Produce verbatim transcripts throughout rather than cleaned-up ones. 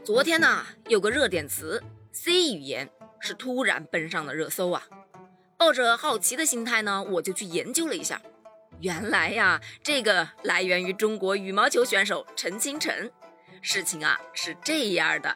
昨天呢，有个热点词 C 语言是突然奔上了热搜啊。抱着好奇的心态呢，我就去研究了一下。原来呀，这个来源于中国羽毛球选手陈清晨。事情啊是这样的。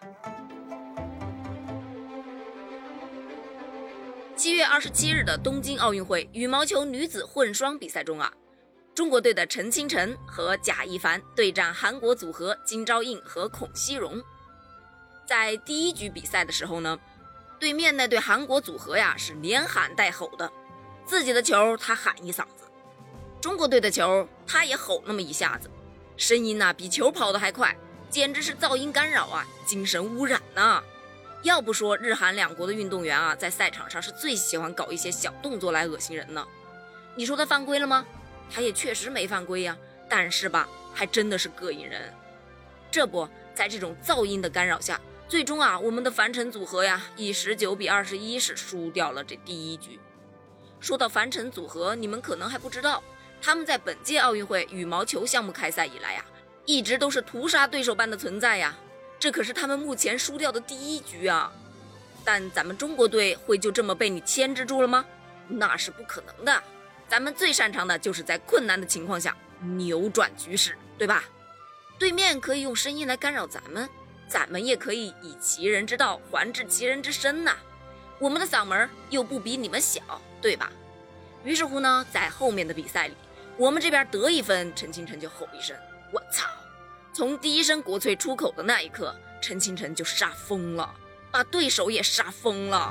七月二十七日的东京奥运会羽毛球女子混双比赛中啊，中国队的陈清晨和贾一凡对战韩国组合金昭映和孔熙荣。在第一局比赛的时候呢，对面那对韩国组合呀是连喊带吼的，自己的球他喊一嗓子，中国队的球他也吼那么一下子，声音啊比球跑得还快，简直是噪音干扰啊，精神污染呐！要不说日韩两国的运动员啊，在赛场上是最喜欢搞一些小动作来恶心人呢。你说他犯规了吗？他也确实没犯规呀，但是吧，还真的是膈应人。这不，在这种噪音的干扰下，最终啊，我们的樊晨组合呀，以十九比二十一是输掉了这第一局。说到樊晨组合，你们可能还不知道，他们在本届奥运会羽毛球项目开赛以来呀，一直都是屠杀对手般的存在呀。这可是他们目前输掉的第一局啊。但咱们中国队会就这么被你牵制住了吗？那是不可能的。咱们最擅长的就是在困难的情况下扭转局势，对吧？对面可以用声音来干扰咱们，咱们也可以以其人之道还治其人之身呐、啊。我们的嗓门又不比你们小，对吧？于是乎呢，在后面的比赛里，我们这边得一分，陈清晨就吼一声我操。从第一声国粹出口的那一刻，陈清晨就杀疯了，把对手也杀疯了。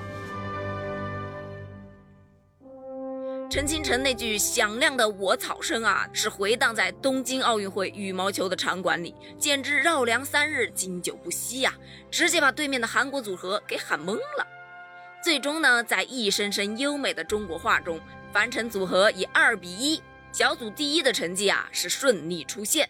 陈清晨那句响亮的我草声啊，是回荡在东京奥运会羽毛球的场馆里，简直绕梁三日，经久不息呀、啊，直接把对面的韩国组合给喊懵了。最终呢，在一声声优美的中国话中，樊晨组合以二比一小组第一的成绩啊，是顺利出线。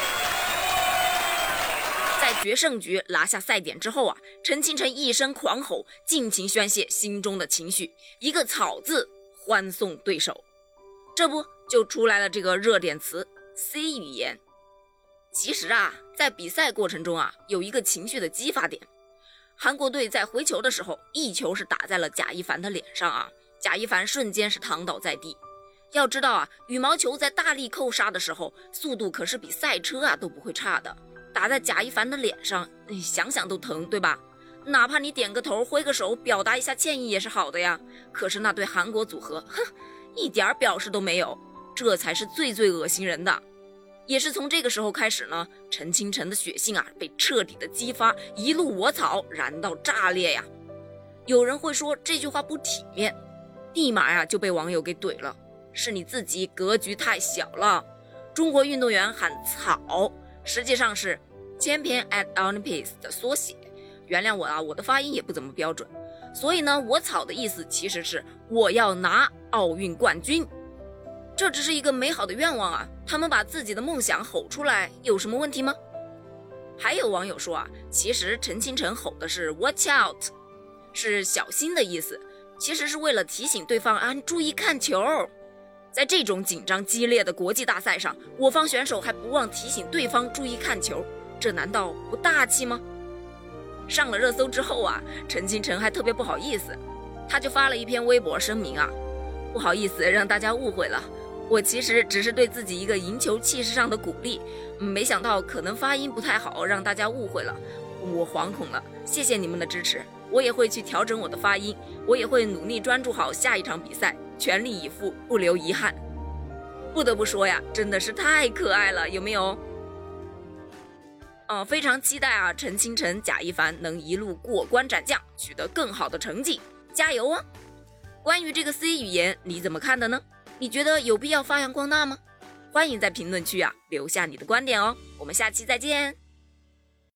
在决胜局拿下赛点之后啊，陈清晨一声狂吼，尽情宣泄心中的情绪，一个草字欢送对手，这不就出来了这个热点词 C 语言。其实啊，在比赛过程中啊，有一个情绪的激发点。韩国队在回球的时候，一球是打在了贾一凡的脸上啊，贾一凡瞬间是躺倒在地。要知道啊，羽毛球在大力扣杀的时候，速度可是比赛车啊都不会差的。打在贾一凡的脸上，想想都疼，对吧？哪怕你点个头挥个手表达一下歉意也是好的呀。可是那对韩国组合，哼，一点表示都没有，这才是最最恶心人的。也是从这个时候开始呢，陈清晨的血性啊被彻底的激发，一路我草燃到炸裂呀。有人会说这句话不体面，立马呀就被网友给怼了，是你自己格局太小了。中国运动员喊草，实际上是 Champion at Olympics 的缩写。原谅我啊，我的发音也不怎么标准。所以呢，我草的意思其实是我要拿奥运冠军。这只是一个美好的愿望啊，他们把自己的梦想吼出来，有什么问题吗？还有网友说啊，其实陈清晨吼的是 Watch out， 是小心的意思，其实是为了提醒对方啊，你注意看球。在这种紧张激烈的国际大赛上，我方选手还不忘提醒对方注意看球，这难道不大气吗？上了热搜之后啊，陈清晨还特别不好意思，他就发了一篇微博声明啊，不好意思让大家误会了，我其实只是对自己一个赢球气势上的鼓励，没想到可能发音不太好，让大家误会了，我惶恐了，谢谢你们的支持，我也会去调整我的发音，我也会努力专注好下一场比赛，全力以赴，不留遗憾。不得不说呀，真的是太可爱了，有没有？呃，非常期待啊，陈清晨、贾一凡能一路过关斩将，取得更好的成绩，加油啊！关于这个 C 语言，你怎么看的呢？你觉得有必要发扬光大吗？欢迎在评论区啊留下你的观点哦，我们下期再见。